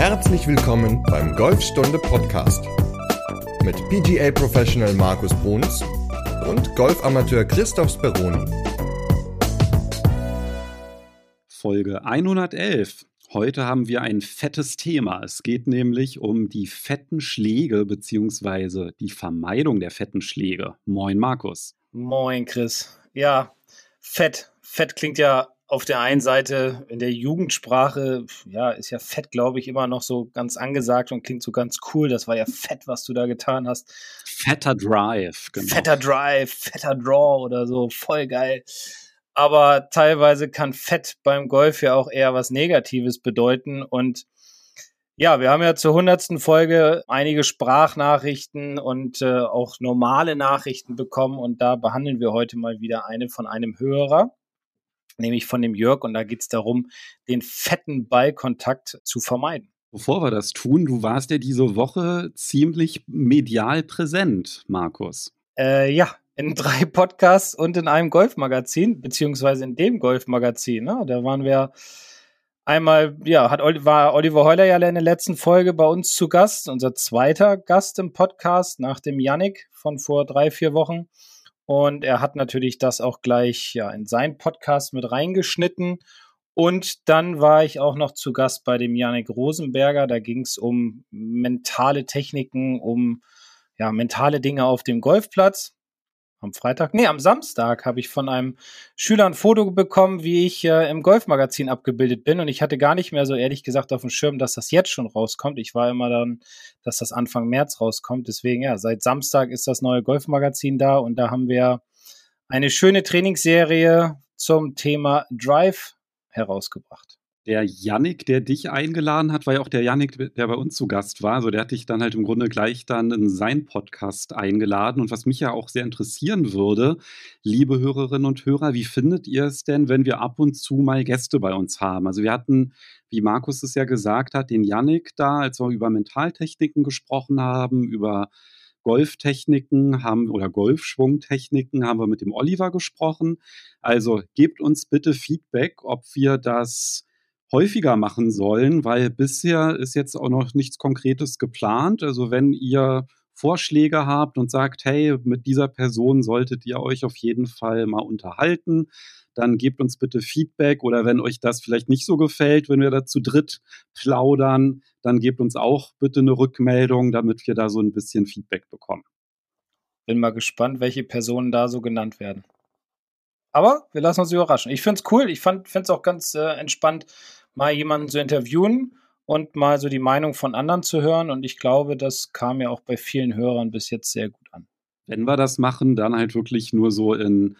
Herzlich willkommen beim Golfstunde Podcast mit PGA Professional Markus Bruns und Golfamateur Christoph Speroni. Folge 111. Heute haben wir ein fettes Thema. Es geht nämlich um die fetten Schläge bzw. die Vermeidung der fetten Schläge. Moin Markus. Moin Chris. Ja, fett. Fett klingt ja auf der einen Seite in der Jugendsprache, ja, ist ja Fett, glaube ich, immer noch so ganz angesagt und klingt so ganz cool. Das war ja fett, was du da getan hast. Fetter Drive, genau. Fetter Drive, fetter Draw oder so, voll geil. Aber teilweise kann Fett beim Golf ja auch eher was Negatives bedeuten. Und ja, wir haben ja zur 100. Folge einige Sprachnachrichten und auch normale Nachrichten bekommen. Und da behandeln wir heute mal wieder eine von einem Hörer, nämlich von dem Jörg. Und da geht es darum, den fetten Ballkontakt zu vermeiden. Bevor wir das tun, du warst ja diese Woche ziemlich medial präsent, Markus. Ja, in 3 Podcasts und in einem Golfmagazin, beziehungsweise in dem Golfmagazin. Ne? Da waren wir einmal, ja, war Oliver Heuler ja in der letzten Folge bei uns zu Gast, unser zweiter Gast im Podcast nach dem Yannick von vor 3-4 Wochen. Und er hat natürlich das auch gleich ja in seinen Podcast mit reingeschnitten. Und dann war ich auch noch zu Gast bei dem Yannick Rosenberger. Da ging es um mentale Techniken, um ja, mentale Dinge auf dem Golfplatz. Am Samstag habe ich von einem Schüler ein Foto bekommen, wie ich im Golfmagazin abgebildet bin. Und ich hatte gar nicht mehr so ehrlich gesagt auf dem Schirm, dass das jetzt schon rauskommt. Ich war immer dann, dass das Anfang März rauskommt. Deswegen, ja, seit Samstag ist das neue Golfmagazin da. Und da haben wir eine schöne Trainingsserie zum Thema Drive herausgebracht. Der Yannick, der dich eingeladen hat, war ja auch der Yannick, der bei uns zu Gast war. Also der hat dich dann halt im Grunde gleich dann in seinen Podcast eingeladen. Und was mich ja auch sehr interessieren würde, liebe Hörerinnen und Hörer, wie findet ihr es denn, wenn wir ab und zu mal Gäste bei uns haben? Also wir hatten, wie Markus es ja gesagt hat, den Yannick da, als wir über Mentaltechniken gesprochen haben, über Golftechniken oder Golfschwungtechniken haben wir mit dem Oliver gesprochen. Also gebt uns bitte Feedback, ob wir das häufiger machen sollen, weil bisher ist jetzt auch noch nichts Konkretes geplant. Also wenn ihr Vorschläge habt und sagt, hey, mit dieser Person solltet ihr euch auf jeden Fall mal unterhalten, dann gebt uns bitte Feedback, oder wenn euch das vielleicht nicht so gefällt, wenn wir da zu dritt plaudern, dann gebt uns auch bitte eine Rückmeldung, damit wir da so ein bisschen Feedback bekommen. Bin mal gespannt, welche Personen da so genannt werden. Aber wir lassen uns überraschen. Ich finde es cool. Ich finde es auch ganz entspannt, mal jemanden zu interviewen und mal so die Meinung von anderen zu hören. Und ich glaube, das kam ja auch bei vielen Hörern bis jetzt sehr gut an. Wenn wir das machen, dann halt wirklich nur so in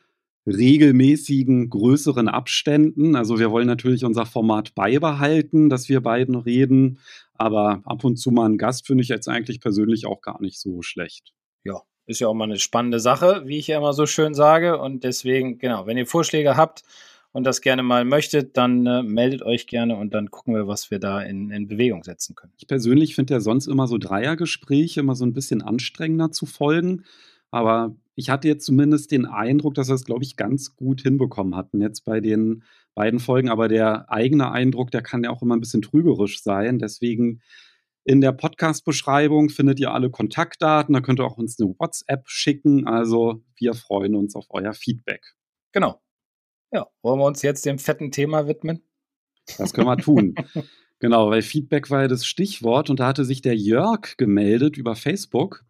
regelmäßigen, größeren Abständen. Also wir wollen natürlich unser Format beibehalten, dass wir beiden reden. Aber ab und zu mal einen Gast finde ich jetzt eigentlich persönlich auch gar nicht so schlecht. Ja, ist ja auch mal eine spannende Sache, wie ich ja immer so schön sage. Und deswegen, genau, wenn ihr Vorschläge habt und das gerne mal möchtet, dann meldet euch gerne und dann gucken wir, was wir da in Bewegung setzen können. Ich persönlich finde ja sonst immer so Dreiergespräche immer so ein bisschen anstrengender zu folgen. Aber ich hatte jetzt zumindest den Eindruck, dass wir es, glaube ich, ganz gut hinbekommen hatten jetzt bei den beiden Folgen. Aber der eigene Eindruck, der kann ja auch immer ein bisschen trügerisch sein. Deswegen in der Podcast-Beschreibung findet ihr alle Kontaktdaten. Da könnt ihr auch uns eine WhatsApp schicken. Also wir freuen uns auf euer Feedback. Genau. Ja, wollen wir uns jetzt dem fetten Thema widmen? Das können wir tun. Genau, weil Feedback war ja das Stichwort. Und da hatte sich der Jörg gemeldet über Facebook.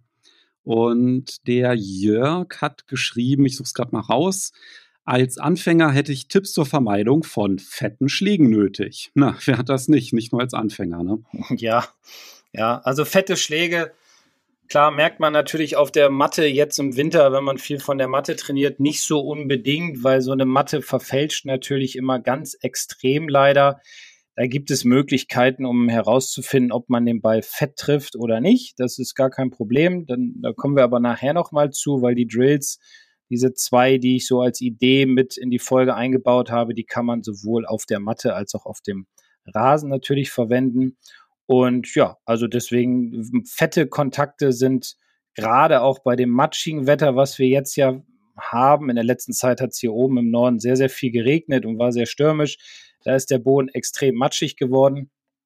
Und der Jörg hat geschrieben, ich suche es gerade mal raus, als Anfänger hätte ich Tipps zur Vermeidung von fetten Schlägen nötig. Na, wer hat das nicht? Nicht nur als Anfänger, ne? Ja, also fette Schläge, klar merkt man natürlich auf der Matte jetzt im Winter, wenn man viel von der Matte trainiert, nicht so unbedingt, weil so eine Matte verfälscht natürlich immer ganz extrem leider. Da gibt es Möglichkeiten, um herauszufinden, ob man den Ball fett trifft oder nicht. Das ist gar kein Problem. Da kommen wir aber nachher nochmal zu, weil die Drills, diese 2, die ich so als Idee mit in die Folge eingebaut habe, die kann man sowohl auf der Matte als auch auf dem Rasen natürlich verwenden. Und ja, also deswegen fette Kontakte sind gerade auch bei dem matschigen Wetter, was wir jetzt ja haben. In der letzten Zeit hat es hier oben im Norden sehr, sehr viel geregnet und war sehr stürmisch. Da ist der Boden extrem matschig geworden.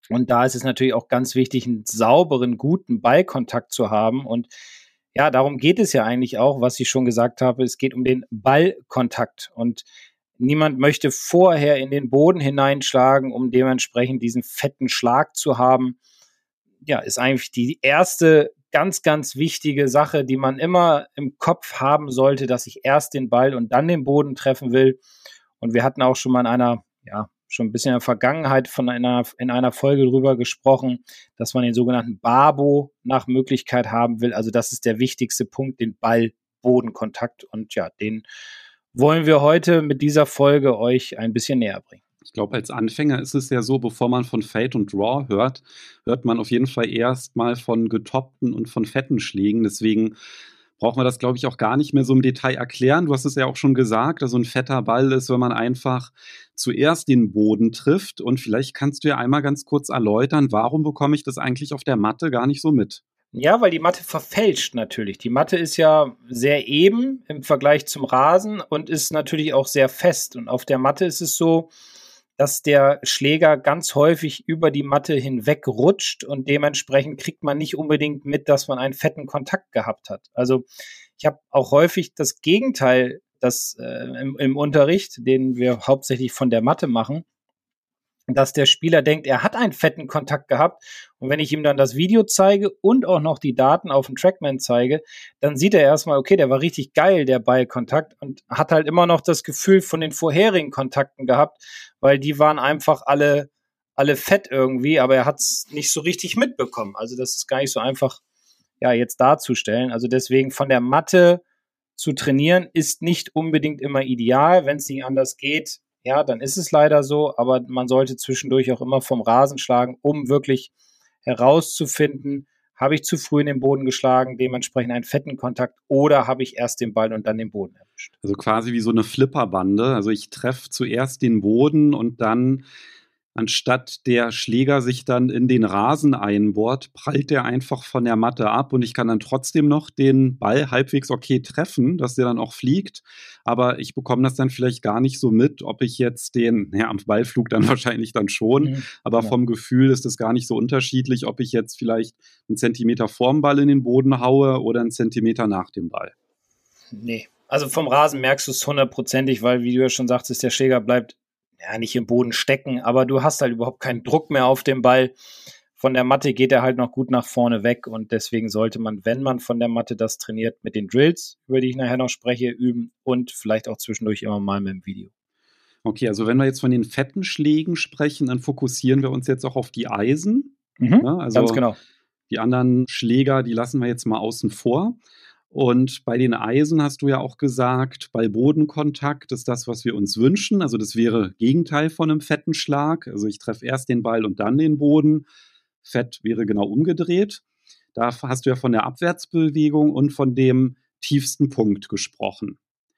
Und da ist es natürlich auch ganz wichtig, einen sauberen, guten Ballkontakt zu haben. Und ja, darum geht es ja eigentlich auch, was ich schon gesagt habe. Es geht um den Ballkontakt. Und niemand möchte vorher in den Boden hineinschlagen, um dementsprechend diesen fetten Schlag zu haben. Ja, ist eigentlich die erste ganz, ganz wichtige Sache, die man immer im Kopf haben sollte, dass ich erst den Ball und dann den Boden treffen will. Und wir hatten auch schon mal in einer, ja, schon ein bisschen in der Vergangenheit in einer Folge drüber gesprochen, dass man den sogenannten Babo nach Möglichkeit haben will. Also das ist der wichtigste Punkt, den Ball-Bodenkontakt. Und ja, den wollen wir heute mit dieser Folge euch ein bisschen näher bringen. Ich glaube, als Anfänger ist es ja so, bevor man von Fade und Draw hört, hört man auf jeden Fall erst mal von getoppten und von fetten Schlägen. Deswegen brauchen wir das, glaube ich, auch gar nicht mehr so im Detail erklären. Du hast es ja auch schon gesagt, also ein fetter Ball ist, wenn man einfach zuerst den Boden trifft. Und vielleicht kannst du ja einmal ganz kurz erläutern, warum bekomme ich das eigentlich auf der Matte gar nicht so mit? Ja, weil die Matte verfälscht natürlich. Die Matte ist ja sehr eben im Vergleich zum Rasen und ist natürlich auch sehr fest. Und auf der Matte ist es so, dass der Schläger ganz häufig über die Matte hinweg rutscht und dementsprechend kriegt man nicht unbedingt mit, dass man einen fetten Kontakt gehabt hat. Also ich habe auch häufig das Gegenteil, das im Unterricht, den wir hauptsächlich von der Matte machen, dass der Spieler denkt, er hat einen fetten Kontakt gehabt. Und wenn ich ihm dann das Video zeige und auch noch die Daten auf dem Trackman zeige, dann sieht er erstmal, okay, der war richtig geil, der Ballkontakt, und hat halt immer noch das Gefühl von den vorherigen Kontakten gehabt, weil die waren einfach alle fett irgendwie, aber er hat es nicht so richtig mitbekommen. Also das ist gar nicht so einfach, ja, jetzt darzustellen. Also deswegen von der Matte zu trainieren ist nicht unbedingt immer ideal. Wenn es nicht anders geht, ja, dann ist es leider so, aber man sollte zwischendurch auch immer vom Rasen schlagen, um wirklich herauszufinden, habe ich zu früh in den Boden geschlagen, dementsprechend einen fetten Kontakt, oder habe ich erst den Ball und dann den Boden erwischt. Also quasi wie so eine Flipperbande. Also ich treffe zuerst den Boden und dann, anstatt der Schläger sich dann in den Rasen einbohrt, prallt der einfach von der Matte ab und ich kann dann trotzdem noch den Ball halbwegs okay treffen, dass der dann auch fliegt. Aber ich bekomme das dann vielleicht gar nicht so mit, ob ich jetzt am Ballflug dann wahrscheinlich dann schon, aber genau. vom Gefühl ist es gar nicht so unterschiedlich, ob ich jetzt vielleicht einen Zentimeter vorm Ball in den Boden haue oder einen Zentimeter nach dem Ball. Nee, also vom Rasen merkst du es 100%, weil, wie du ja schon sagtest, der Schläger bleibt ja nicht im Boden stecken, aber du hast halt überhaupt keinen Druck mehr auf dem Ball. Von der Matte geht er halt noch gut nach vorne weg und deswegen sollte man, wenn man von der Matte das trainiert, mit den Drills, über die ich nachher noch spreche, üben und vielleicht auch zwischendurch immer mal mit dem Video. Okay, also wenn wir jetzt von den fetten Schlägen sprechen, dann fokussieren wir uns jetzt auch auf die Eisen. Also ganz genau. Die anderen Schläger, die lassen wir jetzt mal außen vor. Und bei den Eisen hast du ja auch gesagt, Ball-Boden-Kontakt ist das, was wir uns wünschen. Also das wäre Gegenteil von einem fetten Schlag. Also ich treffe erst den Ball und dann den Boden. Fett wäre genau umgedreht. Da hast du ja von der Abwärtsbewegung und von dem tiefsten Punkt gesprochen.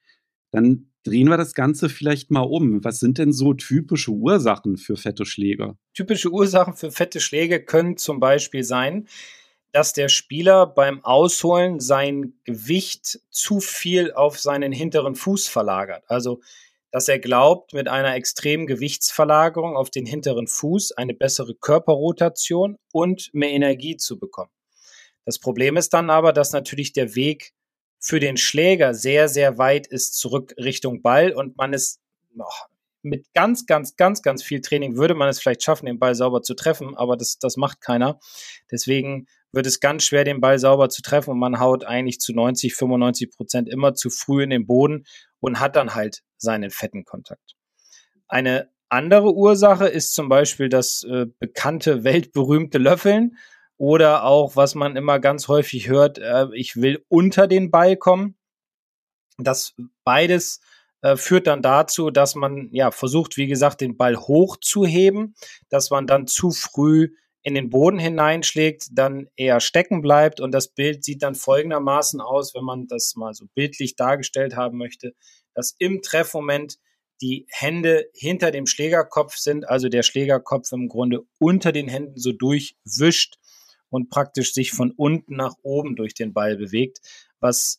Dann drehen wir das Ganze vielleicht mal um. Was sind denn so typische Ursachen für fette Schläge? Typische Ursachen für fette Schläge können zum Beispiel sein, dass der Spieler beim Ausholen sein Gewicht zu viel auf seinen hinteren Fuß verlagert. Also, dass er glaubt, mit einer extremen Gewichtsverlagerung auf den hinteren Fuß eine bessere Körperrotation und mehr Energie zu bekommen. Das Problem ist dann aber, dass natürlich der Weg für den Schläger sehr, sehr weit ist zurück Richtung Ball und man es mit ganz, ganz, ganz, ganz viel Training würde man es vielleicht schaffen, den Ball sauber zu treffen, aber das macht keiner. Deswegen wird es ganz schwer, den Ball sauber zu treffen und man haut eigentlich zu 90-95% immer zu früh in den Boden und hat dann halt seinen fetten Kontakt. Eine andere Ursache ist zum Beispiel das bekannte, weltberühmte Löffeln oder auch, was man immer ganz häufig hört, ich will unter den Ball kommen. Das beides führt dann dazu, dass man versucht, wie gesagt, den Ball hochzuheben, dass man dann zu früh in den Boden hineinschlägt, dann eher stecken bleibt und das Bild sieht dann folgendermaßen aus, wenn man das mal so bildlich dargestellt haben möchte, dass im Treffmoment die Hände hinter dem Schlägerkopf sind, also der Schlägerkopf im Grunde unter den Händen so durchwischt und praktisch sich von unten nach oben durch den Ball bewegt, was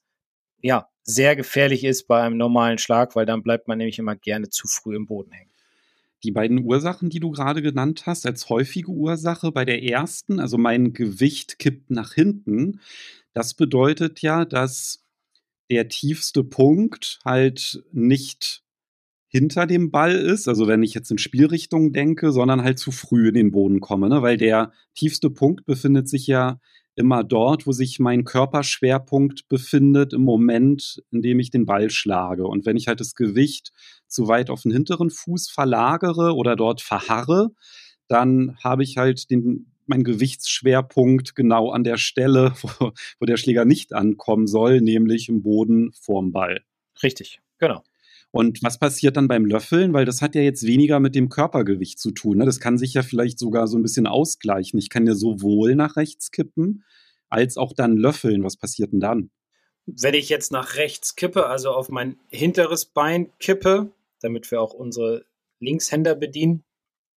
sehr gefährlich ist bei einem normalen Schlag, weil dann bleibt man nämlich immer gerne zu früh im Boden hängen. die beiden Ursachen, die du gerade genannt hast, als häufige Ursache bei der ersten, also mein Gewicht kippt nach hinten, das bedeutet ja, dass der tiefste Punkt halt nicht hinter dem Ball ist, also wenn ich jetzt in Spielrichtung denke, sondern halt zu früh in den Boden komme, ne? Weil der tiefste Punkt befindet sich ja immer dort, wo sich mein Körperschwerpunkt befindet im Moment, in dem ich den Ball schlage. Und wenn ich halt das Gewicht zu weit auf den hinteren Fuß verlagere oder dort verharre, dann habe ich halt meinen Gewichtsschwerpunkt genau an der Stelle, wo der Schläger nicht ankommen soll, nämlich im Boden vorm Ball. Richtig, genau. Und was passiert dann beim Löffeln? Weil das hat ja jetzt weniger mit dem Körpergewicht zu tun. Ne? Das kann sich ja vielleicht sogar so ein bisschen ausgleichen. Ich kann ja sowohl nach rechts kippen, als auch dann löffeln. Was passiert denn dann? Wenn ich jetzt nach rechts kippe, also auf mein hinteres Bein kippe, damit wir auch unsere Linkshänder bedienen,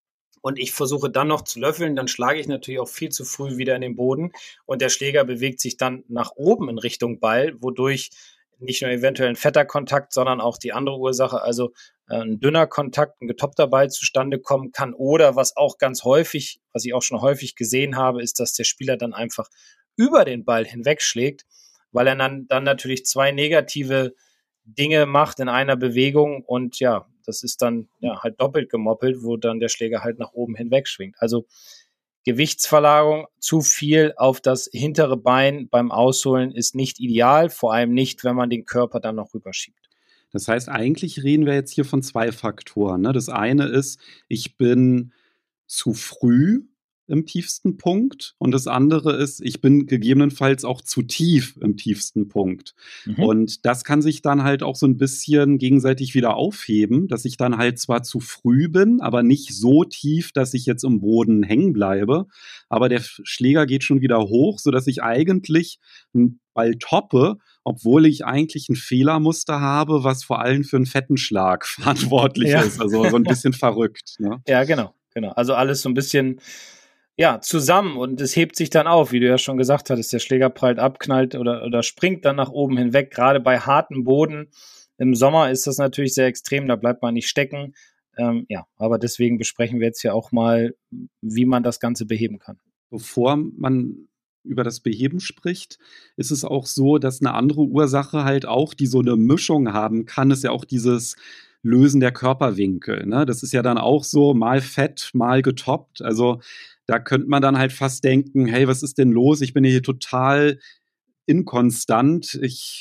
und ich versuche dann noch zu löffeln, dann schlage ich natürlich auch viel zu früh wieder in den Boden und der Schläger bewegt sich dann nach oben in Richtung Ball, wodurch nicht nur eventuell ein fetter Kontakt, sondern auch die andere Ursache, also ein dünner Kontakt, ein getoppter Ball zustande kommen kann. Oder was auch ganz häufig, was ich auch schon häufig gesehen habe, ist, dass der Spieler dann einfach über den Ball hinwegschlägt, weil er dann natürlich zwei negative Dinge macht in einer Bewegung und ja, das ist dann ja halt doppelt gemoppelt, wo dann der Schläger halt nach oben hinweg schwingt. Also Gewichtsverlagerung zu viel auf das hintere Bein beim Ausholen ist nicht ideal, vor allem nicht, wenn man den Körper dann noch rüberschiebt. Das heißt, eigentlich reden wir jetzt hier von 2 Faktoren, ne? Das eine ist, ich bin zu früh im tiefsten Punkt und das andere ist, ich bin gegebenenfalls auch zu tief im tiefsten Punkt. Und das kann sich dann halt auch so ein bisschen gegenseitig wieder aufheben, dass ich dann halt zwar zu früh bin, aber nicht so tief, dass ich jetzt im Boden hängen bleibe, aber der Schläger geht schon wieder hoch, sodass ich eigentlich 'n Ball toppe, obwohl ich eigentlich ein Fehlermuster habe, was vor allem für einen fetten Schlag verantwortlich ist. Also, so ein bisschen verrückt, ne? Ja, genau. Also alles so ein bisschen ja, zusammen und es hebt sich dann auf, wie du ja schon gesagt hattest, der Schläger prallt ab, knallt oder springt dann nach oben hinweg. Gerade bei hartem Boden im Sommer ist das natürlich sehr extrem, da bleibt man nicht stecken. Ja, aber deswegen besprechen wir jetzt ja auch mal, wie man das Ganze beheben kann. Bevor man über das Beheben spricht, ist es auch so, dass eine andere Ursache halt auch, die so eine Mischung haben kann, ist ja auch dieses Lösen der Körperwinkel, ne? Das ist ja dann auch so mal fett, mal getoppt. Also, da könnte man dann halt fast denken: „Hey, was ist denn los? Ich bin hier total inkonstant.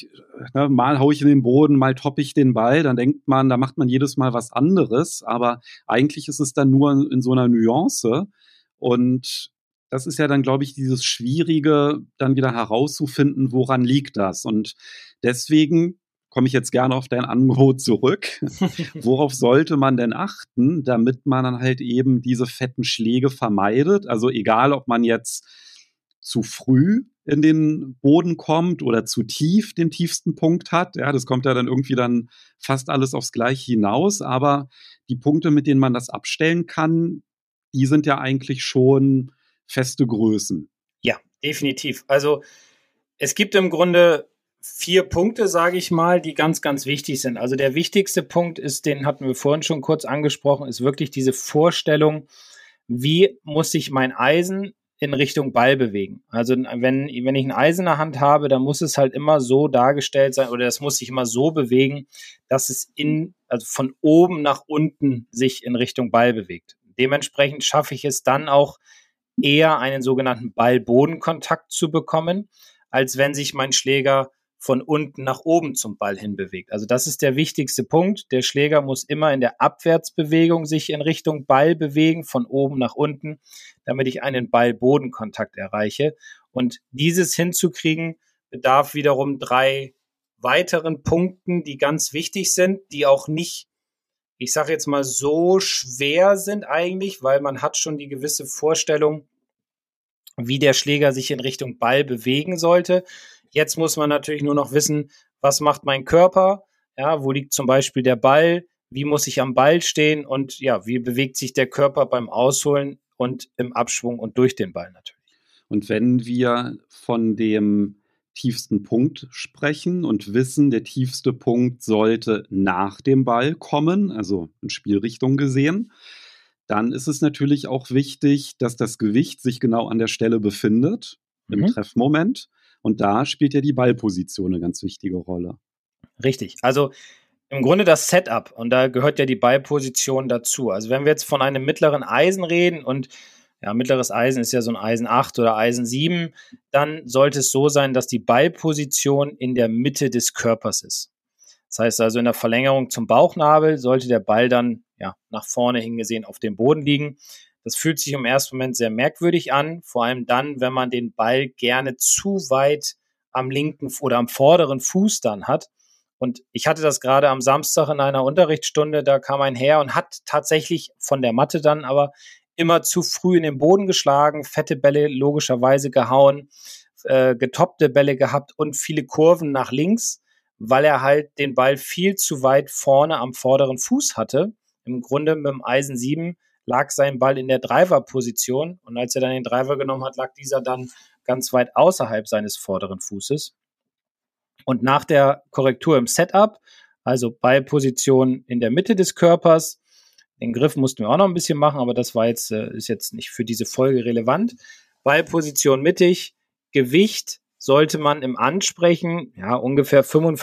Mal haue ich in den Boden, mal toppe ich den Ball." Dann denkt man, da macht man jedes Mal was anderes, aber eigentlich ist es dann nur in so einer Nuance. Und das ist ja dann, glaube ich, dieses Schwierige, dann wieder herauszufinden, woran liegt das? Und deswegen komme ich jetzt gerne auf dein Angebot zurück. Worauf sollte man denn achten, damit man dann halt eben diese fetten Schläge vermeidet? Also egal, ob man jetzt zu früh in den Boden kommt oder zu tief den tiefsten Punkt hat. Ja, das kommt ja dann irgendwie dann fast alles aufs Gleiche hinaus. Aber die Punkte, mit denen man das abstellen kann, die sind ja eigentlich schon feste Größen. Ja, definitiv. Also es gibt im Grunde 4 Punkte, sage ich mal, die ganz, ganz wichtig sind. Also der wichtigste Punkt ist, den hatten wir vorhin schon kurz angesprochen, ist wirklich diese Vorstellung, wie muss sich mein Eisen in Richtung Ball bewegen. Also wenn ich ein Eisen in der Hand habe, dann muss es halt immer so dargestellt sein oder das muss sich immer so bewegen, dass es also von oben nach unten sich in Richtung Ball bewegt. Dementsprechend schaffe ich es dann auch eher einen sogenannten Ball-Boden-Kontakt zu bekommen, als wenn sich mein Schläger von unten nach oben zum Ball hin bewegt. Also das ist der wichtigste Punkt. Der Schläger muss immer in der Abwärtsbewegung sich in Richtung Ball bewegen, von oben nach unten, damit ich einen Ball-Boden-Kontakt erreiche. Und dieses hinzukriegen, bedarf wiederum 3 weiteren Punkten, die ganz wichtig sind, die auch nicht, ich sage jetzt mal, so schwer sind eigentlich, weil man hat schon die gewisse Vorstellung, wie der Schläger sich in Richtung Ball bewegen sollte. Jetzt muss man natürlich nur noch wissen, was macht mein Körper? Ja, wo liegt zum Beispiel der Ball? Wie muss ich am Ball stehen? Und ja, wie bewegt sich der Körper beim Ausholen und im Abschwung und durch den Ball natürlich? Und wenn wir von dem tiefsten Punkt sprechen und wissen, der tiefste Punkt sollte nach dem Ball kommen, also in Spielrichtung gesehen, dann ist es natürlich auch wichtig, dass das Gewicht sich genau an der Stelle befindet, im Treffmoment. Und da spielt ja die Ballposition eine ganz wichtige Rolle. Richtig. Also im Grunde das Setup, und da gehört ja die Ballposition dazu. Also wenn wir jetzt von einem mittleren Eisen reden, und ja, mittleres Eisen ist ja so ein Eisen 8 oder Eisen 7, dann sollte es so sein, dass die Ballposition in der Mitte des Körpers ist. Das heißt also, in der Verlängerung zum Bauchnabel sollte der Ball dann nach vorne hingesehen auf dem Boden liegen. Das fühlt sich im ersten Moment sehr merkwürdig an, vor allem dann, wenn man den Ball gerne zu weit am linken oder am vorderen Fuß dann hat. Und ich hatte das gerade am Samstag in einer Unterrichtsstunde, da kam ein Herr und hat tatsächlich von der Matte dann aber immer zu früh in den Boden geschlagen, fette Bälle logischerweise gehauen, getoppte Bälle gehabt und viele Kurven nach links, weil er halt den Ball viel zu weit vorne am vorderen Fuß hatte. Im Grunde mit dem Eisen 7 lag sein Ball in der Driver-Position, und als er dann den Driver genommen hat, lag dieser dann ganz weit außerhalb seines vorderen Fußes. Und nach der Korrektur im Setup, also Ballposition in der Mitte des Körpers, den Griff mussten wir auch noch ein bisschen machen, aber das war jetzt, ist jetzt nicht für diese Folge relevant. Ballposition mittig, Gewicht sollte man im Ansprechen ungefähr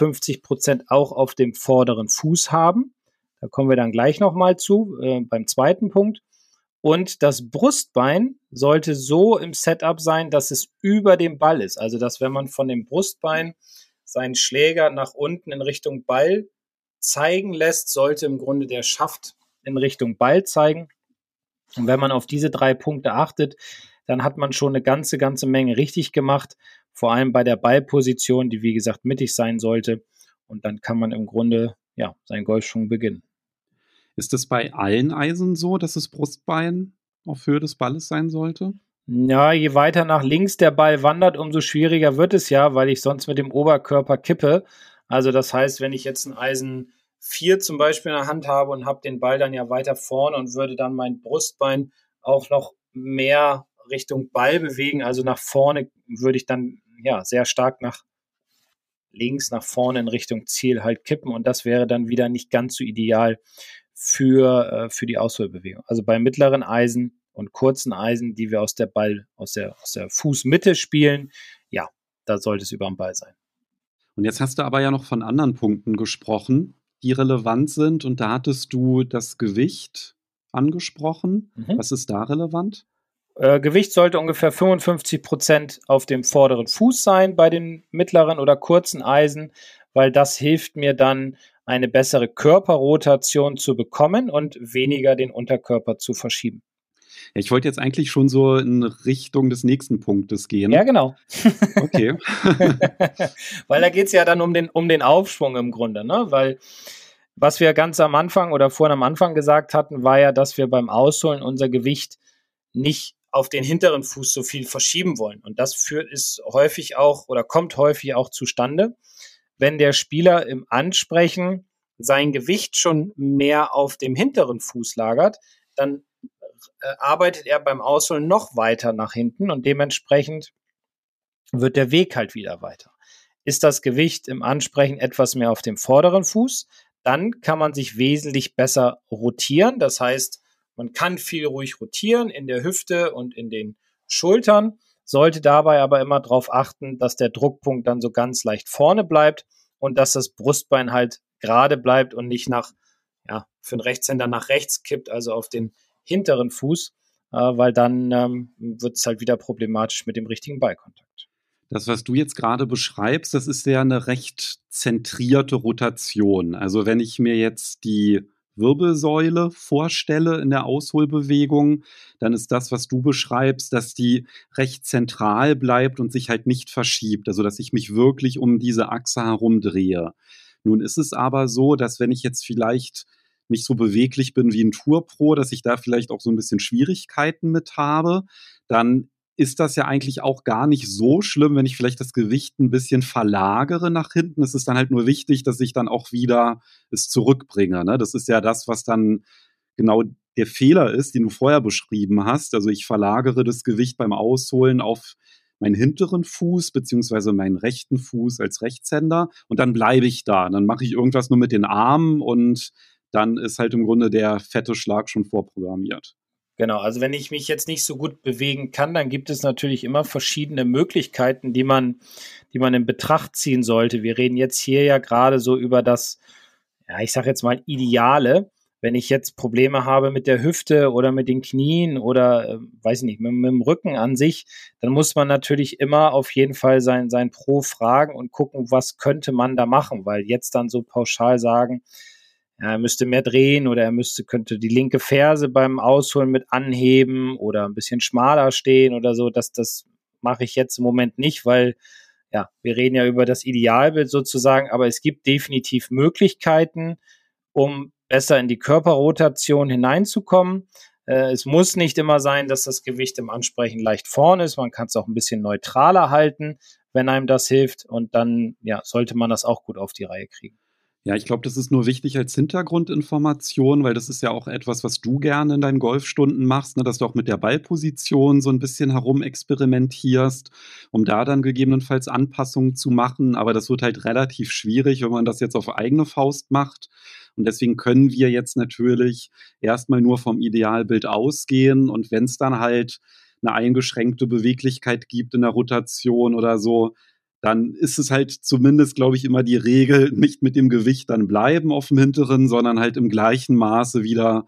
55% auch auf dem vorderen Fuß haben. Da kommen wir dann gleich nochmal zu, beim zweiten Punkt. Und das Brustbein sollte so im Setup sein, dass es über dem Ball ist. Also, dass wenn man von dem Brustbein seinen Schläger nach unten in Richtung Ball zeigen lässt, sollte im Grunde der Schaft in Richtung Ball zeigen. Und wenn man auf diese 3 Punkte achtet, dann hat man schon eine ganze Menge richtig gemacht. Vor allem bei der Ballposition, die wie gesagt mittig sein sollte. Und dann kann man im Grunde seinen Golfschwung beginnen. Ist es bei allen Eisen so, dass das Brustbein auf Höhe des Balles sein sollte? Ja, je weiter nach links der Ball wandert, umso schwieriger wird es ja, weil ich sonst mit dem Oberkörper kippe. Also das heißt, wenn ich jetzt ein Eisen 4 zum Beispiel in der Hand habe und habe den Ball dann weiter vorne und würde dann mein Brustbein auch noch mehr Richtung Ball bewegen, also nach vorne, würde ich dann sehr stark nach links, nach vorne in Richtung Ziel halt kippen, und das wäre dann wieder nicht ganz so ideal für die Ausholbewegung. Also bei mittleren Eisen und kurzen Eisen, die wir aus der Fußmitte spielen, da sollte es über dem Ball sein. Und jetzt hast du aber ja noch von anderen Punkten gesprochen, die relevant sind, und da hattest du das Gewicht angesprochen. Was ist da relevant? Gewicht sollte ungefähr 55% auf dem vorderen Fuß sein bei den mittleren oder kurzen Eisen, weil das hilft mir dann, eine bessere Körperrotation zu bekommen und weniger den Unterkörper zu verschieben. Ja, ich wollte jetzt eigentlich schon so in Richtung des nächsten Punktes gehen. Ja, genau. Okay. Weil da geht es ja dann um den Aufschwung im Grunde, ne? Weil was wir ganz am Anfang oder vorhin am Anfang gesagt hatten, war ja, dass wir beim Ausholen unser Gewicht nicht auf den hinteren Fuß so viel verschieben wollen. Und das kommt häufig auch zustande, wenn der Spieler im Ansprechen sein Gewicht schon mehr auf dem hinteren Fuß lagert, dann arbeitet er beim Ausholen noch weiter nach hinten, und dementsprechend wird der Weg halt wieder weiter. Ist das Gewicht im Ansprechen etwas mehr auf dem vorderen Fuß, dann kann man sich wesentlich besser rotieren. Das heißt, man kann viel ruhig rotieren in der Hüfte und in den Schultern, sollte dabei aber immer darauf achten, dass der Druckpunkt dann so ganz leicht vorne bleibt und dass das Brustbein halt gerade bleibt und nicht für einen Rechtshänder nach rechts kippt, also auf den hinteren Fuß, weil dann wird es halt wieder problematisch mit dem richtigen Ballkontakt. Das, was du jetzt gerade beschreibst, das ist ja eine recht zentrierte Rotation. Also wenn ich mir jetzt die Wirbelsäule vorstelle in der Ausholbewegung, dann ist das, was du beschreibst, dass die recht zentral bleibt und sich halt nicht verschiebt, also dass ich mich wirklich um diese Achse herum drehe. Nun ist es aber so, dass wenn ich jetzt vielleicht nicht so beweglich bin wie ein Tourpro, dass ich da vielleicht auch so ein bisschen Schwierigkeiten mit habe, dann ist das ja eigentlich auch gar nicht so schlimm, wenn ich vielleicht das Gewicht ein bisschen verlagere nach hinten. Es ist dann halt nur wichtig, dass ich dann auch wieder es zurückbringe, ne? Das ist ja das, was dann genau der Fehler ist, den du vorher beschrieben hast. Also ich verlagere das Gewicht beim Ausholen auf meinen hinteren Fuß beziehungsweise meinen rechten Fuß als Rechtshänder und dann bleibe ich da. Dann mache ich irgendwas nur mit den Armen und dann ist halt im Grunde der fette Schlag schon vorprogrammiert. Genau, also wenn ich mich jetzt nicht so gut bewegen kann, dann gibt es natürlich immer verschiedene Möglichkeiten, die man in Betracht ziehen sollte. Wir reden jetzt hier ja gerade so über das, ja, ich sage jetzt mal Ideale. Wenn ich jetzt Probleme habe mit der Hüfte oder mit den Knien oder, weiß ich nicht, mit dem Rücken an sich, dann muss man natürlich immer auf jeden Fall sein Pro fragen und gucken, was könnte man da machen, weil jetzt dann so pauschal sagen, ja, er müsste mehr drehen oder könnte die linke Ferse beim Ausholen mit anheben oder ein bisschen schmaler stehen oder so. Das mache ich jetzt im Moment nicht, weil ja, wir reden ja über das Idealbild sozusagen, aber es gibt definitiv Möglichkeiten, um besser in die Körperrotation hineinzukommen. Es muss nicht immer sein, dass das Gewicht im Ansprechen leicht vorne ist. Man kann es auch ein bisschen neutraler halten, wenn einem das hilft. Und dann ja, sollte man das auch gut auf die Reihe kriegen. Ja, ich glaube, das ist nur wichtig als Hintergrundinformation, weil das ist ja auch etwas, was du gerne in deinen Golfstunden machst, ne, dass du auch mit der Ballposition so ein bisschen herumexperimentierst, um da dann gegebenenfalls Anpassungen zu machen. Aber das wird halt relativ schwierig, wenn man das jetzt auf eigene Faust macht. Und deswegen können wir jetzt natürlich erstmal nur vom Idealbild ausgehen. Und wenn es dann halt eine eingeschränkte Beweglichkeit gibt in der Rotation oder so, dann ist es halt zumindest, glaube ich, immer die Regel, nicht mit dem Gewicht dann bleiben auf dem Hinteren, sondern halt im gleichen Maße wieder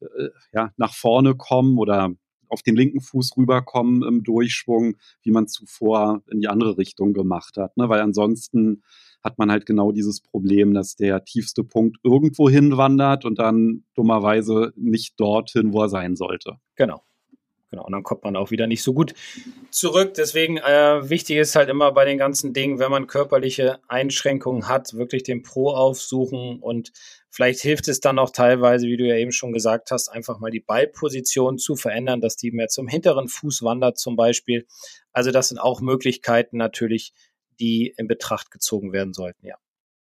nach vorne kommen oder auf den linken Fuß rüberkommen im Durchschwung, wie man zuvor in die andere Richtung gemacht hat. Ne? Weil ansonsten hat man halt genau dieses Problem, dass der tiefste Punkt irgendwo hinwandert und dann dummerweise nicht dorthin, wo er sein sollte. Genau. Und dann kommt man auch wieder nicht so gut zurück. Deswegen wichtig ist halt immer bei den ganzen Dingen, wenn man körperliche Einschränkungen hat, wirklich den Pro aufsuchen und vielleicht hilft es dann auch teilweise, wie du ja eben schon gesagt hast, einfach mal die Ballposition zu verändern, dass die mehr zum hinteren Fuß wandert zum Beispiel. Also das sind auch Möglichkeiten natürlich, die in Betracht gezogen werden sollten, ja.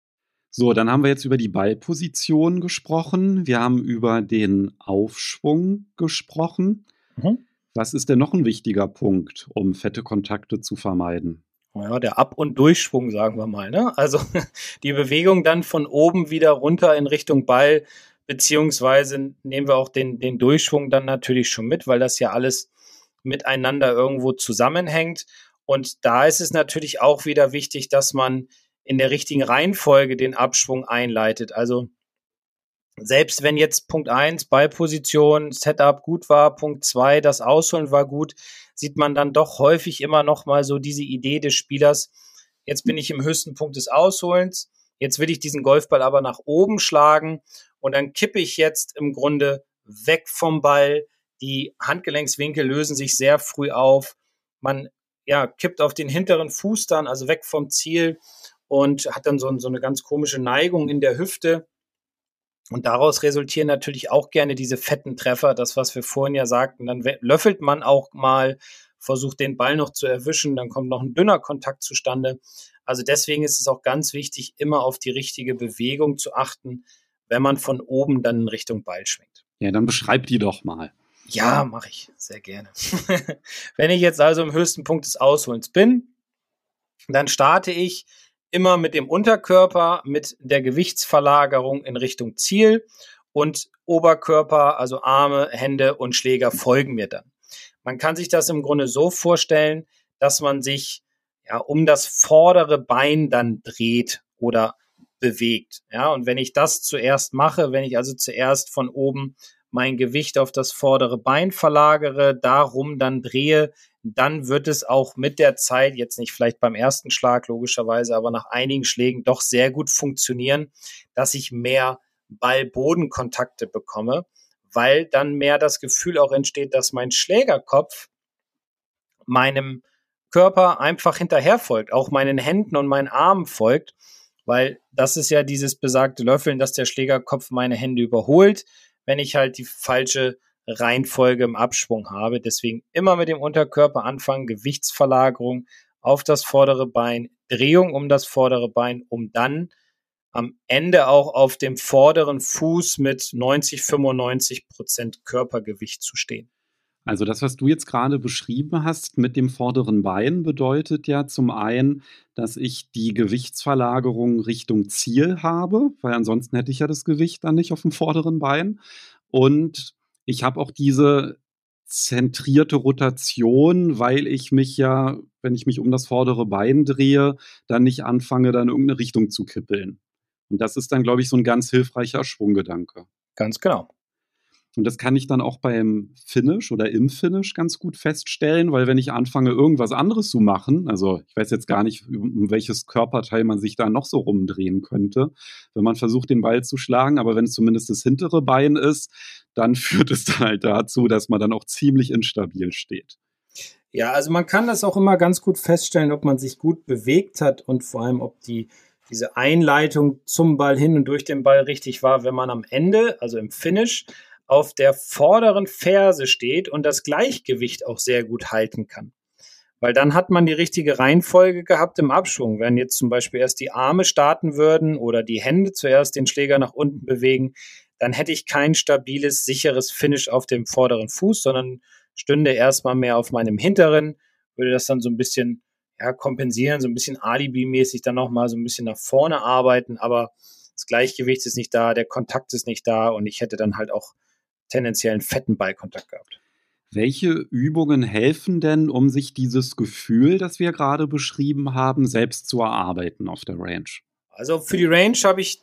So, dann haben wir jetzt über die Ballposition gesprochen. Wir haben über den Aufschwung gesprochen. Was ist denn noch ein wichtiger Punkt, um fette Kontakte zu vermeiden? Ja, der Ab- und Durchschwung, sagen wir mal, ne? Also die Bewegung dann von oben wieder runter in Richtung Ball, beziehungsweise nehmen wir auch den Durchschwung dann natürlich schon mit, weil das ja alles miteinander irgendwo zusammenhängt. Und da ist es natürlich auch wieder wichtig, dass man in der richtigen Reihenfolge den Abschwung einleitet. Also selbst wenn jetzt Punkt 1, Ballposition, Setup gut war, Punkt 2, das Ausholen war gut, sieht man dann doch häufig immer noch mal so diese Idee des Spielers, jetzt bin ich im höchsten Punkt des Ausholens, jetzt will ich diesen Golfball aber nach oben schlagen und dann kippe ich jetzt im Grunde weg vom Ball, die Handgelenkswinkel lösen sich sehr früh auf, man kippt auf den hinteren Fuß dann, also weg vom Ziel und hat dann so eine ganz komische Neigung in der Hüfte. Und daraus resultieren natürlich auch gerne diese fetten Treffer, das, was wir vorhin ja sagten. Dann löffelt man auch mal, versucht den Ball noch zu erwischen, dann kommt noch ein dünner Kontakt zustande. Also deswegen ist es auch ganz wichtig, immer auf die richtige Bewegung zu achten, wenn man von oben dann in Richtung Ball schwingt. Ja, dann beschreib die doch mal. Ja, mache ich sehr gerne. Wenn ich jetzt also im höchsten Punkt des Ausholens bin, dann starte ich immer mit dem Unterkörper, mit der Gewichtsverlagerung in Richtung Ziel und Oberkörper, also Arme, Hände und Schläger folgen mir dann. Man kann sich das im Grunde so vorstellen, dass man sich um das vordere Bein dann dreht oder bewegt. Ja, und wenn ich das zuerst mache, wenn ich also zuerst von oben mein Gewicht auf das vordere Bein verlagere, darum dann drehe, dann wird es auch mit der Zeit, jetzt nicht vielleicht beim ersten Schlag logischerweise, aber nach einigen Schlägen doch sehr gut funktionieren, dass ich mehr Ball-Boden-Kontakte bekomme, weil dann mehr das Gefühl auch entsteht, dass mein Schlägerkopf meinem Körper einfach hinterher folgt, auch meinen Händen und meinen Armen folgt, weil das ist ja dieses besagte Löffeln, dass der Schlägerkopf meine Hände überholt, wenn ich halt die falsche Reihenfolge im Abschwung habe. Deswegen immer mit dem Unterkörper anfangen, Gewichtsverlagerung auf das vordere Bein, Drehung um das vordere Bein, um dann am Ende auch auf dem vorderen Fuß mit 90-95% Körpergewicht zu stehen. Also das, was du jetzt gerade beschrieben hast mit dem vorderen Bein, bedeutet ja zum einen, dass ich die Gewichtsverlagerung Richtung Ziel habe, weil ansonsten hätte ich ja das Gewicht dann nicht auf dem vorderen Bein. Und ich habe auch diese zentrierte Rotation, weil ich mich ja, wenn ich mich um das vordere Bein drehe, dann nicht anfange, dann in irgendeine Richtung zu kippeln. Und das ist dann, glaube ich, so ein ganz hilfreicher Schwunggedanke. Ganz genau. Und das kann ich dann auch beim Finish oder im Finish ganz gut feststellen, weil wenn ich anfange, irgendwas anderes zu machen, also ich weiß jetzt gar nicht, um welches Körperteil man sich da noch so rumdrehen könnte, wenn man versucht, den Ball zu schlagen, aber wenn es zumindest das hintere Bein ist, dann führt es dann halt dazu, dass man dann auch ziemlich instabil steht. Ja, also man kann das auch immer ganz gut feststellen, ob man sich gut bewegt hat und vor allem, ob diese Einleitung zum Ball hin und durch den Ball richtig war, wenn man am Ende, also im Finish, auf der vorderen Ferse steht und das Gleichgewicht auch sehr gut halten kann. Weil dann hat man die richtige Reihenfolge gehabt im Abschwung. Wenn jetzt zum Beispiel erst die Arme starten würden oder die Hände zuerst den Schläger nach unten bewegen, dann hätte ich kein stabiles, sicheres Finish auf dem vorderen Fuß, sondern stünde erstmal mehr auf meinem hinteren, würde das dann so ein bisschen kompensieren, so ein bisschen Alibi-mäßig dann nochmal so ein bisschen nach vorne arbeiten, aber das Gleichgewicht ist nicht da, der Kontakt ist nicht da und ich hätte dann halt auch tendenziell einen fetten Ballkontakt gehabt. Welche Übungen helfen denn, um sich dieses Gefühl, das wir gerade beschrieben haben, selbst zu erarbeiten auf der Range? Also für die Range habe ich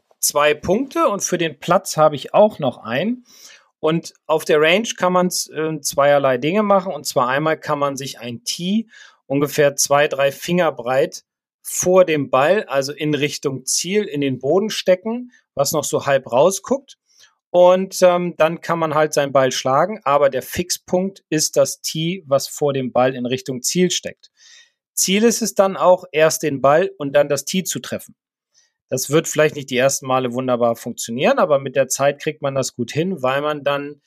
2 Punkte und für den Platz habe ich auch noch einen. Und auf der Range kann man zweierlei Dinge machen. Und zwar einmal kann man sich ein Tee ungefähr 2-3 Finger breit vor dem Ball, also in Richtung Ziel, in den Boden stecken, was noch so halb rausguckt. Und dann kann man halt seinen Ball schlagen, aber der Fixpunkt ist das Tee, was vor dem Ball in Richtung Ziel steckt. Ziel ist es dann auch, erst den Ball und dann das Tee zu treffen. Das wird vielleicht nicht die ersten Male wunderbar funktionieren, aber mit der Zeit kriegt man das gut hin, weil man dann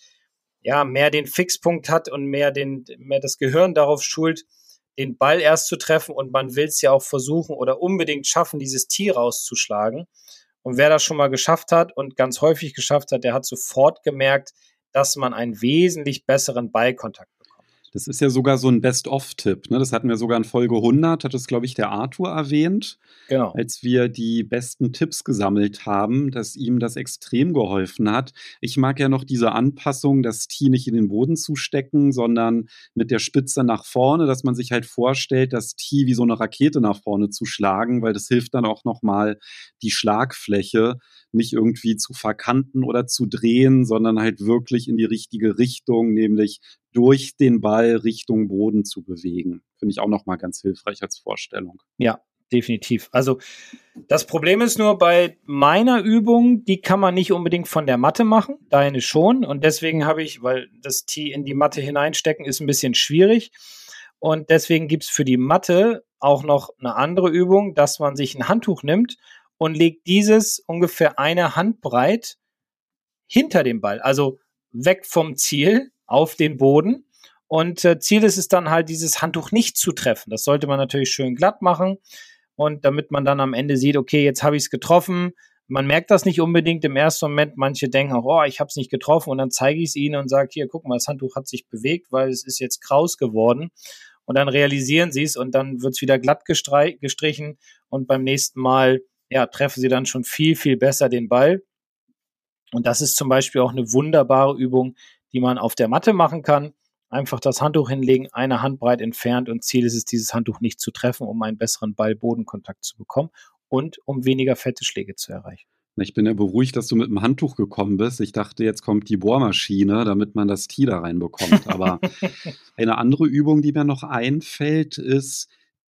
mehr den Fixpunkt hat und mehr das Gehirn darauf schult, den Ball erst zu treffen und man will es ja auch versuchen oder unbedingt schaffen, dieses Tee rauszuschlagen. Und wer das schon mal geschafft hat und ganz häufig geschafft hat, der hat sofort gemerkt, dass man einen wesentlich besseren Ballkontakt bekommt. Das ist ja sogar so ein Best-of-Tipp, ne? Das hatten wir sogar in Folge 100, hat es, glaube ich, der Arthur erwähnt, Genau. als wir die besten Tipps gesammelt haben, dass ihm das extrem geholfen hat. Ich mag ja noch diese Anpassung, das Tee nicht in den Boden zu stecken, sondern mit der Spitze nach vorne, dass man sich halt vorstellt, das Tee wie so eine Rakete nach vorne zu schlagen, weil das hilft dann auch nochmal, die Schlagfläche nicht irgendwie zu verkanten oder zu drehen, sondern halt wirklich in die richtige Richtung, nämlich durch den Ball Richtung Boden zu bewegen. Finde ich auch nochmal ganz hilfreich als Vorstellung. Ja, definitiv. Also das Problem ist nur bei meiner Übung, die kann man nicht unbedingt von der Matte machen, deine schon. Und deswegen weil das Tee in die Matte hineinstecken ist ein bisschen schwierig. Und deswegen gibt es für die Matte auch noch eine andere Übung, dass man sich ein Handtuch nimmt und legt dieses ungefähr eine Handbreit hinter dem Ball, also weg vom Ziel auf den Boden. Und Ziel ist es dann halt, dieses Handtuch nicht zu treffen. Das sollte man natürlich schön glatt machen. Und damit man dann am Ende sieht, okay, jetzt habe ich es getroffen. Man merkt das nicht unbedingt im ersten Moment. Manche denken auch, oh, ich habe es nicht getroffen. Und dann zeige ich es ihnen und sage, hier, guck mal, das Handtuch hat sich bewegt, weil es ist jetzt kraus geworden. Und dann realisieren sie es und dann wird es wieder glatt gestrichen. Und beim nächsten Mal treffen sie dann schon viel, viel besser den Ball. Und das ist zum Beispiel auch eine wunderbare Übung, die man auf der Matte machen kann. Einfach das Handtuch hinlegen, eine Handbreit entfernt und Ziel ist es, dieses Handtuch nicht zu treffen, um einen besseren Ball-Bodenkontakt zu bekommen und um weniger fette Schläge zu erreichen. Ich bin ja beruhigt, dass du mit dem Handtuch gekommen bist. Ich dachte, jetzt kommt die Bohrmaschine, damit man das Tee da reinbekommt. Aber eine andere Übung, die mir noch einfällt, ist,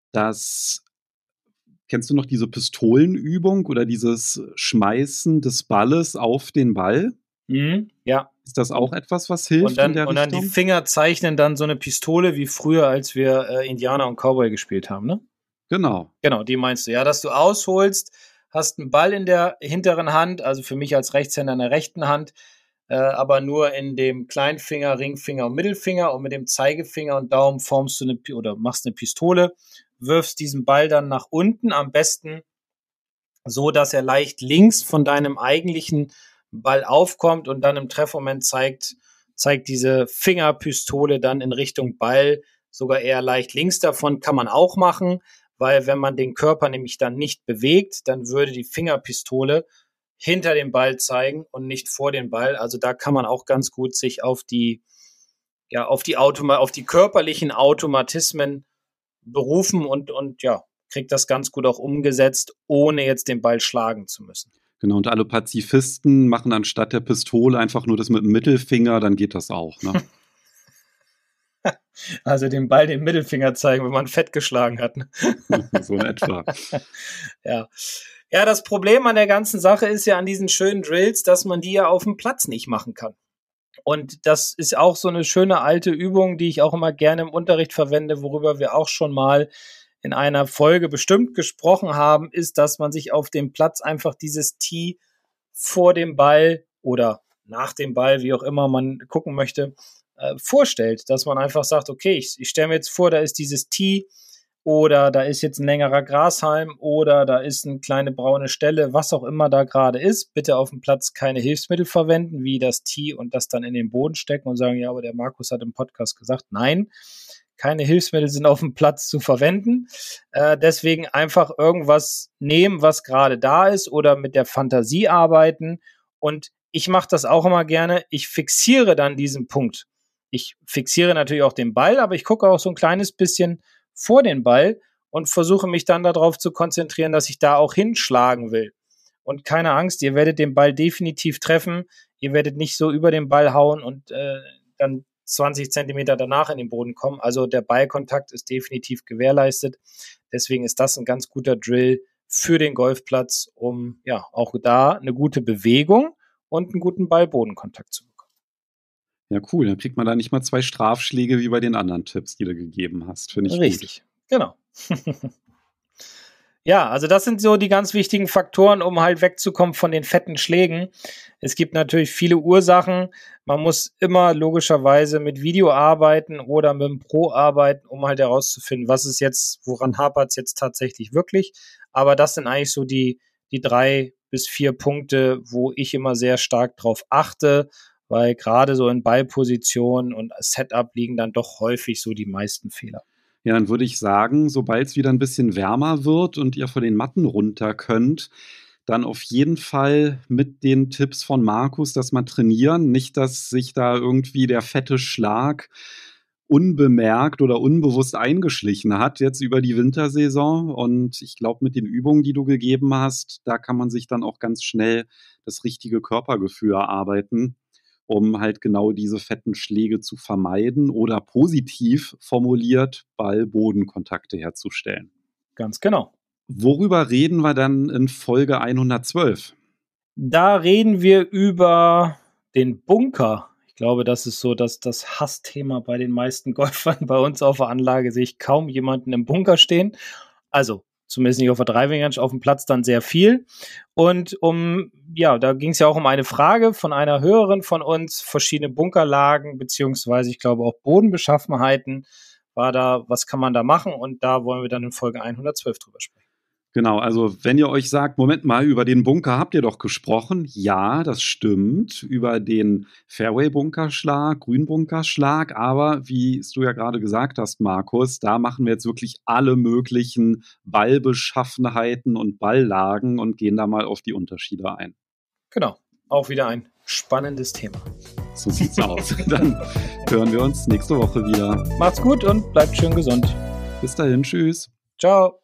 kennst du noch diese Pistolenübung oder dieses Schmeißen des Balles auf den Ball? Ja. Ist das auch etwas, was hilft und dann, in der und dann Richtung? Die Finger zeichnen dann so eine Pistole wie früher, als wir Indianer und Cowboy gespielt haben, ne? Genau. Genau, die meinst du. Ja, dass du ausholst, hast einen Ball in der hinteren Hand, also für mich als Rechtshänder in der rechten Hand, aber nur in dem Kleinfinger, Ringfinger und Mittelfinger und mit dem Zeigefinger und Daumen machst eine Pistole, wirfst diesen Ball dann nach unten, am besten so, dass er leicht links von deinem eigentlichen Ball aufkommt und dann im Treffmoment zeigt zeigt diese Fingerpistole dann in Richtung Ball, sogar eher leicht links davon, kann man auch machen, weil wenn man den Körper nämlich dann nicht bewegt, dann würde die Fingerpistole hinter dem Ball zeigen und nicht vor den Ball. Also da kann man auch ganz gut sich auf die körperlichen Automatismen berufen und kriegt das ganz gut auch umgesetzt, ohne jetzt den Ball schlagen zu müssen. Genau, und alle Pazifisten machen anstatt der Pistole einfach nur das mit dem Mittelfinger, dann geht das auch, ne? Also dem Ball den Mittelfinger zeigen, wenn man fett geschlagen hat. Ne? So in etwa. Ja, das Problem an der ganzen Sache ist ja an diesen schönen Drills, dass man die ja auf dem Platz nicht machen kann. Und das ist auch so eine schöne alte Übung, die ich auch immer gerne im Unterricht verwende, worüber wir auch schon mal in einer Folge bestimmt gesprochen haben, ist, dass man sich auf dem Platz einfach dieses Tee vor dem Ball oder nach dem Ball, wie auch immer man gucken möchte, vorstellt. Dass man einfach sagt, okay, ich stelle mir jetzt vor, da ist dieses Tee oder da ist jetzt ein längerer Grashalm oder da ist eine kleine braune Stelle, was auch immer da gerade ist. Bitte auf dem Platz keine Hilfsmittel verwenden, wie das Tee und das dann in den Boden stecken und sagen, ja, aber der Markus hat im Podcast gesagt, nein, keine Hilfsmittel sind auf dem Platz zu verwenden. Deswegen einfach irgendwas nehmen, was gerade da ist oder mit der Fantasie arbeiten. Und ich mache das auch immer gerne. Ich fixiere dann diesen Punkt. Ich fixiere natürlich auch den Ball, aber ich gucke auch so ein kleines bisschen vor den Ball und versuche mich dann darauf zu konzentrieren, dass ich da auch hinschlagen will. Und keine Angst, ihr werdet den Ball definitiv treffen. Ihr werdet nicht so über den Ball hauen und dann 20 Zentimeter danach in den Boden kommen. Also der Ballkontakt ist definitiv gewährleistet. Deswegen ist das ein ganz guter Drill für den Golfplatz, um ja auch da eine gute Bewegung und einen guten Ball-Bodenkontakt zu bekommen. Ja, cool. Dann kriegt man da nicht mal 2 Strafschläge wie bei den anderen Tipps, die du gegeben hast. Finde ich richtig, gut. Genau. Ja, also das sind so die ganz wichtigen Faktoren, um halt wegzukommen von den fetten Schlägen. Es gibt natürlich viele Ursachen. Man muss immer logischerweise mit Video arbeiten oder mit dem Pro arbeiten, um halt herauszufinden, was ist jetzt, woran hapert es jetzt tatsächlich wirklich. Aber das sind eigentlich so die 3 bis 4 Punkte, wo ich immer sehr stark drauf achte, weil gerade so in Ballposition und Setup liegen dann doch häufig so die meisten Fehler. Ja, dann würde ich sagen, sobald es wieder ein bisschen wärmer wird und ihr von den Matten runter könnt, dann auf jeden Fall mit den Tipps von Markus das mal trainieren. Nicht, dass sich da irgendwie der fette Schlag unbemerkt oder unbewusst eingeschlichen hat jetzt über die Wintersaison. Und ich glaube, mit den Übungen, die du gegeben hast, da kann man sich dann auch ganz schnell das richtige Körpergefühl erarbeiten, um halt genau diese fetten Schläge zu vermeiden oder positiv formuliert Ball-Boden-Kontakte herzustellen. Ganz genau. Worüber reden wir dann in Folge 112? Da reden wir über den Bunker. Ich glaube, das ist so das Hassthema bei den meisten Golfern. Bei uns auf der Anlage sehe ich kaum jemanden im Bunker stehen. Also zumindest nicht auf der Driving Range, auf dem Platz dann sehr viel. Und da ging es ja auch um eine Frage von einer Hörerin von uns, verschiedene Bunkerlagen, beziehungsweise ich glaube auch Bodenbeschaffenheiten war da, was kann man da machen? Und da wollen wir dann in Folge 112 drüber sprechen. Genau, also wenn ihr euch sagt, Moment mal, über den Bunker habt ihr doch gesprochen. Ja, das stimmt, über den Fairway-Bunkerschlag, Grünbunkerschlag, aber wie du ja gerade gesagt hast, Markus, da machen wir jetzt wirklich alle möglichen Ballbeschaffenheiten und Balllagen und gehen da mal auf die Unterschiede ein. Genau, auch wieder ein spannendes Thema. So sieht's aus. Dann hören wir uns nächste Woche wieder. Macht's gut und bleibt schön gesund. Bis dahin, tschüss. Ciao.